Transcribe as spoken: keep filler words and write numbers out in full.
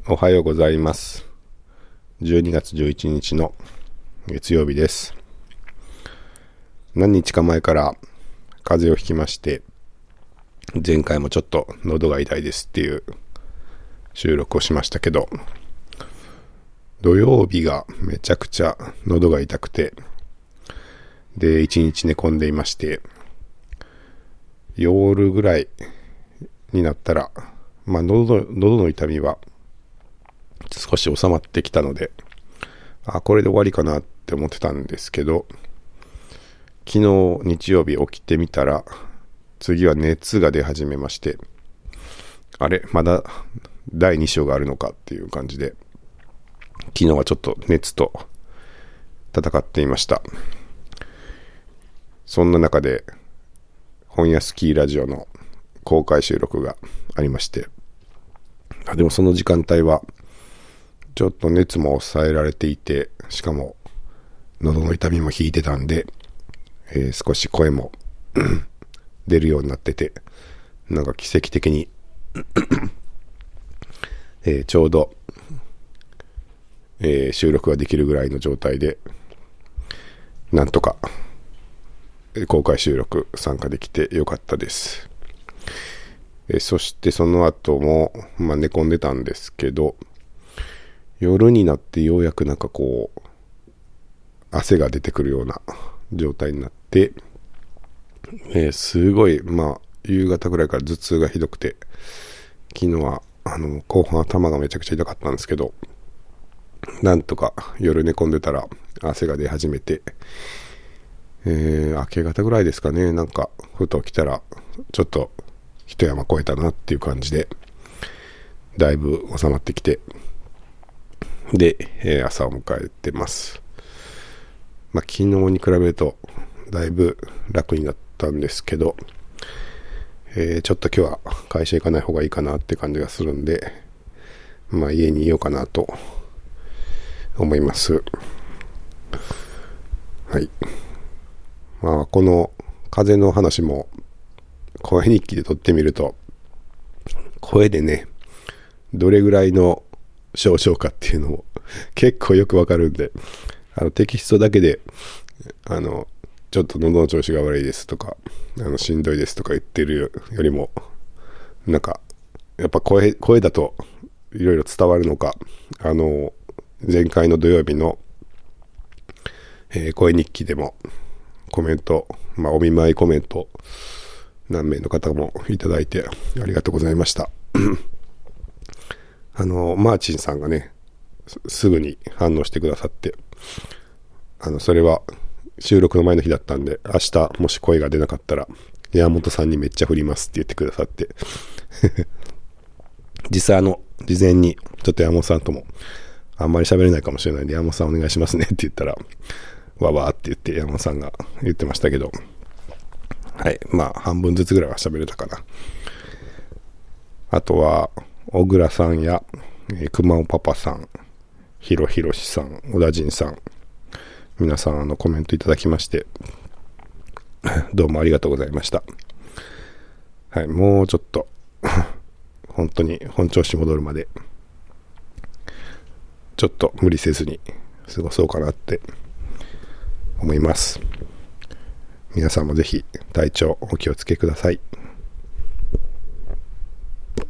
おはようございます。じゅうにがつじゅういちにちの月曜日です。何日か前から風邪をひきまして、前回もちょっと喉が痛いですっていう収録をしましたけど、土曜日がめちゃくちゃ喉が痛くて、で一日寝込んでいまして、夜ぐらいになったら、まあ喉、喉の痛みは少し収まってきたので、あ、これで終わりかなって思ってたんですけど、昨日日曜日起きてみたら、次は熱が出始めまして、あれまだだいに章があるのかっていう感じで、昨日はちょっと熱と戦っていました。そんな中で本屋スキーラジオの公開収録がありまして、あでもその時間帯はちょっと熱も抑えられていて、しかも喉の痛みも引いてたんで、えー、少し声も出るようになってて、なんか奇跡的に、えー、ちょうど、えー、収録ができるぐらいの状態で、なんとか公開収録参加できてよかったです。えー、そしてその後も、まあ、寝込んでたんですけど、夜になってようやくなんかこう汗が出てくるような状態になって、えー、すごいまあ夕方ぐらいから頭痛がひどくて、昨日はあの後半頭がめちゃくちゃ痛かったんですけど、なんとか夜寝込んでたら汗が出始めて、えー、明け方ぐらいですかね、なんかふと起きたらちょっと一山越えたなっていう感じで、だいぶ収まってきて、で、えー、朝を迎えてます。まあ、昨日に比べるとだいぶ楽になったんですけど、えー、ちょっと今日は会社行かない方がいいかなって感じがするんで、まあ家にいようかなと思います。はい。まあこの風邪の話も声日記で撮ってみると、声でね、どれぐらいの症状かっていうのも結構よくわかるんで、あのテキストだけであのちょっと喉の調子が悪いですとか、あのしんどいですとか言ってるよりも、なんかやっぱ声声だといろいろ伝わるのか、あの前回の土曜日の、えー、声日記でもコメント、まあお見舞いコメント何名の方もいただいてありがとうございました。あのマーチンさんがね、すぐに反応してくださって、あのそれは収録の前の日だったんで、明日もし声が出なかったら山本さんにめっちゃ振りますって言ってくださって実際あの事前にちょっと山本さんともあんまり喋れないかもしれないんで、山本さんお願いしますねって言ったらわわーって言って山本さんが言ってましたけど、はい、まあ半分ずつぐらいは喋れたかな。あとは小倉さんや、えー、熊尾パパさん、ひろひろしさん、小田陣さん、皆さんあのコメントいただきましてどうもありがとうございました。はい、もうちょっと本当に本調子戻るまでちょっと無理せずに過ごそうかなって思います。皆さんもぜひ体調お気をつけください。